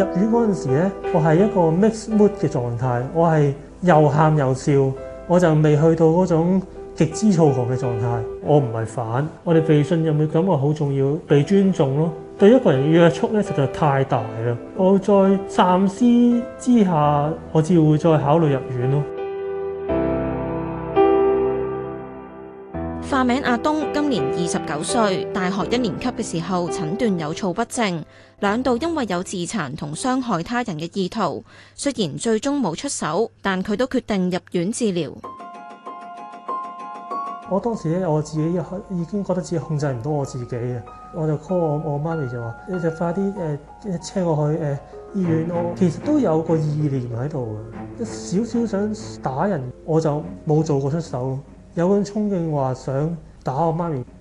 入院嗰陣時咧，我係一個 mixed mood 嘅狀態，我係又喊又笑，我就未去到嗰種極之躁狂嘅狀態。我唔係反，我哋被信任嘅感覺好重要，被尊重咯。對一個人嘅約束咧，實在太大啦。我再三思之下，我至會再考慮入院咯。 化名阿東，今年29歲，大學1年級嘅時候診斷有躁鬱症，兩度因為有自殘同傷害他人嘅意圖，雖然最終冇出手，但佢都決定入院治療。 我當時咧，我自己已經覺得自己控制唔到我自己嘅，我就 call 我媽咪就話：你就快啲車我去醫院。我其實都有個意念喺度嘅，一少少想打人，我就冇做過出手。有嗰種衝勁話想打我媽咪。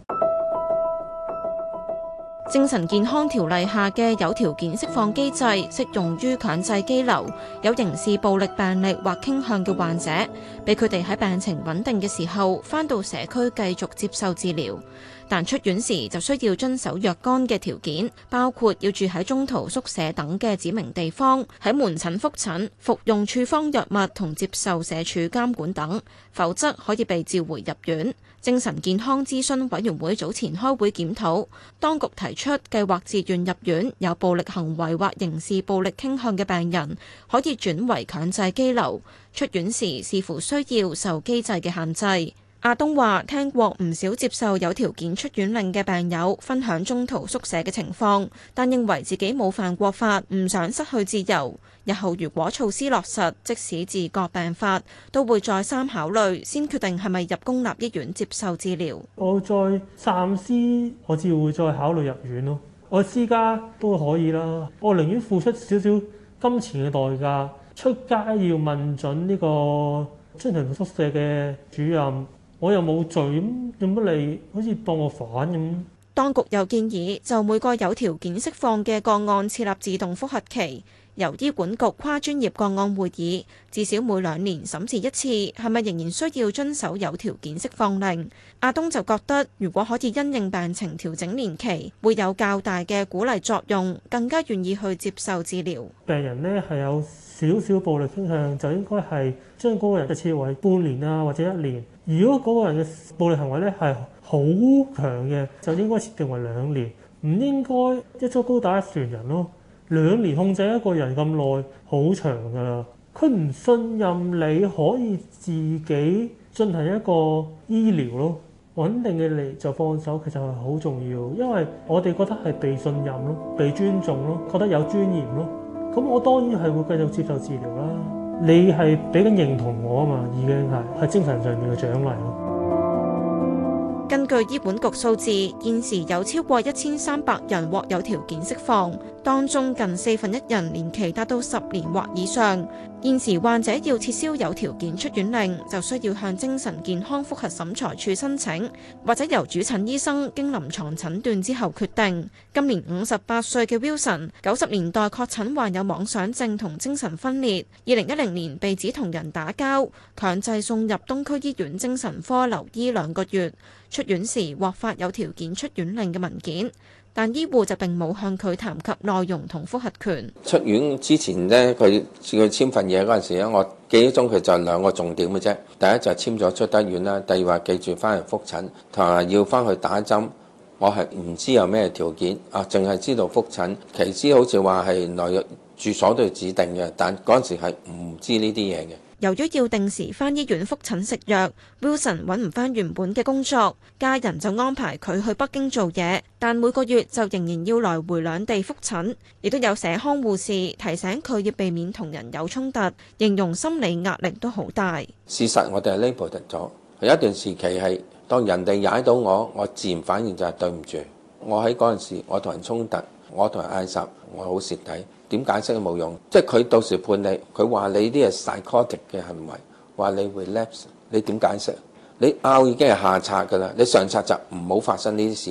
精神健康條例下嘅有條件釋放機制適用於強制羈留有刑事暴力病歷或傾向嘅患者，俾佢哋喺病情穩定嘅時候返到社區繼續接受治療。但出院時就需要遵守若干嘅條件，包括要住喺中途宿舍等嘅指明地方，喺門診覆診、服用處方藥物同接受社署監管等，否則可以被召回入院。精神健康諮詢委員會早前開會檢討，當局提出計劃自願入院有暴力行為或刑事暴力傾向嘅病人，可以轉為強制羈留，出院時視乎需要受機制嘅限制。阿東話：聽過唔少接受有條件出院令嘅病友分享中途宿舍嘅情況，但認為自己冇犯過法，唔想失去自由。日後如果措施落實，即使自覺病發，都會再三考慮，先決定係咪入公立醫院接受治療。 我再三思，我至會再考慮入院咯。我私家都可以啦，我寧願付出少少金錢嘅代價，出街要問準呢個中途宿舍嘅主任。我又冇罪，咁用乜嚟好似當我反咁？ 當局又建議就每個有條件釋放嘅個案設立自動覆核期，由醫管局跨專業個案會議至少每2年審視一次，係咪仍然需要遵守有條件釋放令？阿東就覺得，如果可以因應病情調整年期，會有較大嘅鼓勵作用，更加願意去接受治療。 病人呢係有少少暴力傾向，就應該係將嗰個人設為半年啊或者1年。如果嗰個人嘅暴力行為咧係好強嘅，就應該設定為2年，唔應該一竹篙打一船人咯。2年控制一個人咁耐，好長㗎啦。佢唔信任你可以自己進行一個醫療咯，穩定嘅嚟就放手，其實係好重要，因為我哋覺得係被信任咯，被尊重咯，覺得有尊嚴咯。咁我當然係會繼續接受治療啦。你係俾緊認同我啊嘛，已經係精神上面嘅獎勵咯。 根據醫管局數字，現時有超過1300人獲有條件釋放，當中近1/4人年期達到10年或以上。現時患者要撤銷有條件出院令，就需要向精神健康覆核審裁處申請，或者由主診醫生經臨床診斷之後決定。今年58歲嘅 Wilson， 90年代確診患有妄想症同精神分裂，2010年被指同人打交，強制送入東區醫院精神科留醫2個月。出院時獲發有條件出院令嘅文件，但醫護就並冇向佢談及內容同覆核權。 出院之前呢，佢簽份嘢嗰陣時咧，我記憶中佢就2個重點嘅啫。第一就係簽咗出得院啦，第二話記住翻嚟覆診，同埋要翻去打針。我係唔知有咩條件啊，淨係知道覆診。其次好似話係內住所都要指定嘅，但嗰陣時係唔知呢啲嘢嘅。 由於要定時返醫院覆診食藥 ，Wilson 揾唔返原本嘅工作，家人就安排佢去北京做嘢，但每個月就仍然要來回2地覆診，亦都有社康護士提醒佢要避免同人有衝突，形容心理壓力都好大。 事實我哋係 label 咗，有一段時期係當人哋踩到我自然反應就係對唔住。我喺嗰陣時，我同人衝突，我同人嗌霎，我好蝕底。點解釋都冇用，即係佢到時判你，佢話你啲係 psychotic 嘅行為，話你 relapse， 你點解釋？你拗已經係下策㗎啦，你上策就唔好發生呢啲事咯。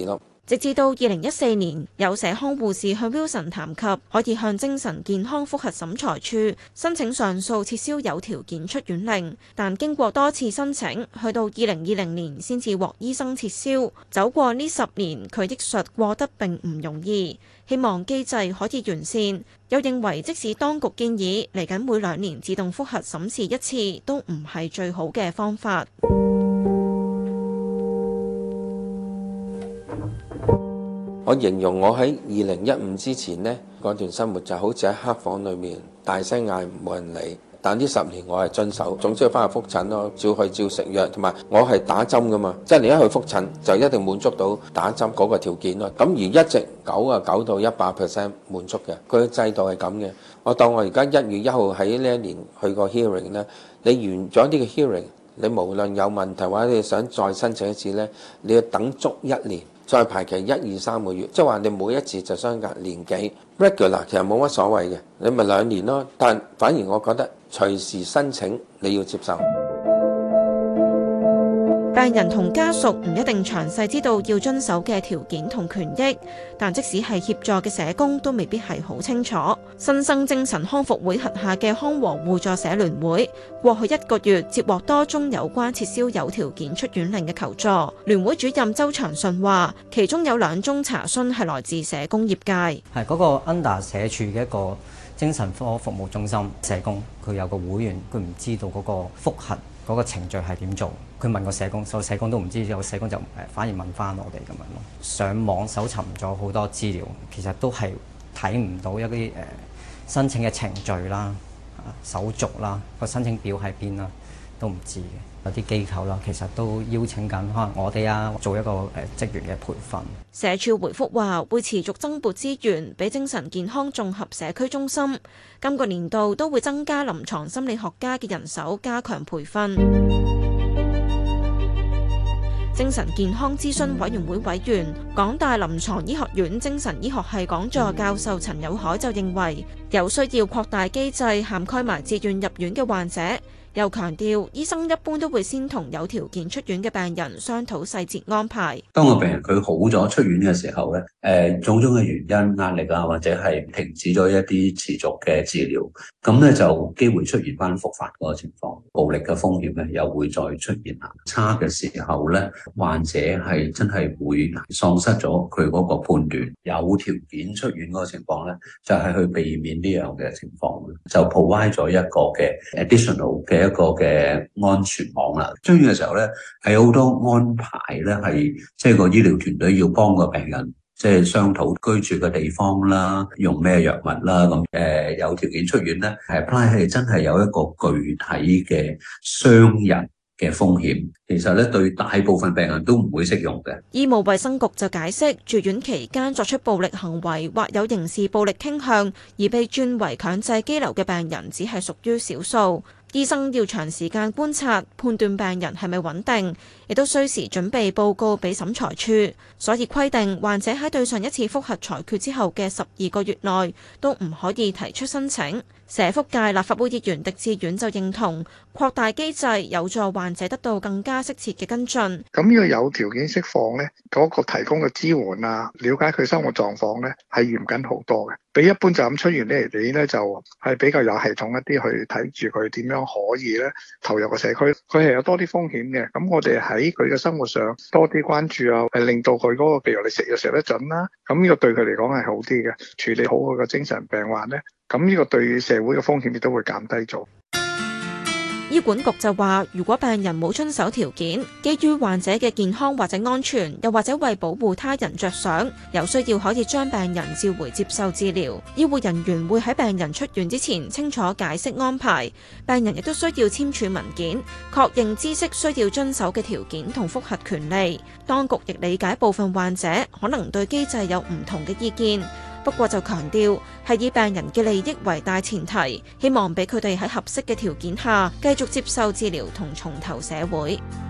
直至到2014年，有社康護士向 Wilson 談及可以向精神健康覆核審裁處申請上訴撤銷有條件出院令，但經過多次申請，去到2020年先至獲醫生撤銷。走過呢10年，佢憶述過得並唔容易，希望機制可以完善。又認為即使當局建議嚟緊每2年自動覆核審視一次，都唔係最好嘅方法。 我形容我喺2015之前呢，嗰段生活就好似喺黑房裏面大聲嗌冇人理，但呢10年我係遵守，總之要翻去覆診咯，照去照食藥，同埋我係打針噶嘛，即係你一去覆診就一定滿足到打針嗰個條件咯。咁而一直99到100% 滿足嘅，佢嘅制度係咁嘅。我當我而家1月1號喺呢一年去個 hearing 呢，你完咗呢個 hearing，你無論有問題或者你想再申請一次呢，你要等足1年。再排期1、2、3個月，即係話你每一次就相隔年幾 regular， 其實冇乜所謂嘅，你咪2年咯。但反而我覺得隨時申請你要接受。 病人同家屬唔一定詳細知道要遵守嘅條件同權益，但即使係協助嘅社工都未必係好清楚。新生精神康復會轄下嘅康和互助社聯會，過去1個月接獲多宗有關撤銷有條件出院令嘅求助。聯會主任周長順話，其中有2宗查詢係來自社工業界。 係嗰個 under 社署嘅一個精神科服務中心社工，佢有個會員，佢唔知道嗰個覆核嗰個程序係點做，佢問個社工，所有社工都唔知，有社工就反而問翻我哋咁樣咯。上網搜尋咗好多資料，其實都係睇唔到一啲申請嘅程序啦、手續啦、個申請表喺邊啦，都唔知嘅。有啲機構啦，其實都邀請緊可能我哋做一個職員嘅培訓。 社署回覆話會持續增撥資源俾精神健康綜合社區中心，今個年度都會增加臨床心理學家嘅人手，加強培訓。精神健康諮詢委員會委員、港大臨床醫學院精神醫學系講座教授陳友凱就認為，有需要擴大機制，涵蓋埋自願入院嘅患者。又強調，醫生一般都會先同有條件出院嘅病人商討細節安排。 當個病人佢好咗出院嘅時候咧，種種嘅原因、壓力啊，或者係停止咗一啲持續嘅治療，咁咧就機會出現翻復發嗰個情況，暴力嘅風險咧又會再出現啦。差嘅時候咧，患者係真係會喪失咗佢嗰個判斷。有條件出院嗰個情況咧，就係去避免呢樣嘅情況，就 provide 咗一個嘅 additional 嘅一個嘅安全網啦。出院嘅時候咧，係好多安排咧，係即係個醫療團隊要幫個病人，即係商討居住嘅地方啦，用咩藥物啦。咁有條件出院咧，係 apply 係真係有一個具體嘅傷人嘅風險，其實咧對大部分病人都唔會適用嘅。 醫務衛生局就解釋，住院期間作出暴力行為或有刑事暴力傾向而被轉為強制羈留嘅病人，只係屬於少數。醫生要長時間觀察，判斷病人係咪穩定，亦都需時準備報告俾審裁處，所以規定患者喺對上一次覆核裁決之後嘅12個月內都唔可以提出申請。社福界立法會議員狄志遠就認同擴大機制有助患者得到更加適切嘅跟進。 咁呢個有條件釋放呢，嗰個提供嘅支援啊，了解佢生活狀況呢，係嚴謹好多嘅。比一般就咁出院呢嚟呢，就係比較有系統一啲去睇住佢點樣可以咧投入個社區。佢係有多啲風險嘅，咁我哋喺佢嘅生活上多啲關注啊，令到佢嗰個譬如你食藥食得準啦，咁呢個對佢嚟講係好啲嘅，處理好佢個精神病患咧，咁呢個對社會嘅風險亦都會減低咗。 醫管局就話，如果病人冇遵守條件，基於患者嘅健康或者安全，又或者為保護他人着想，有需要可以將病人召回接受治療。醫護人員會喺病人出院之前清楚解釋安排，病人亦都需要簽署文件，確認知悉需要遵守嘅條件同覆核權利。當局亦理解部分患者可能對機制有唔同嘅意見。不過就強調係以病人嘅利益為大前提，希望俾佢哋喺合適嘅條件下繼續接受治療同重投社會。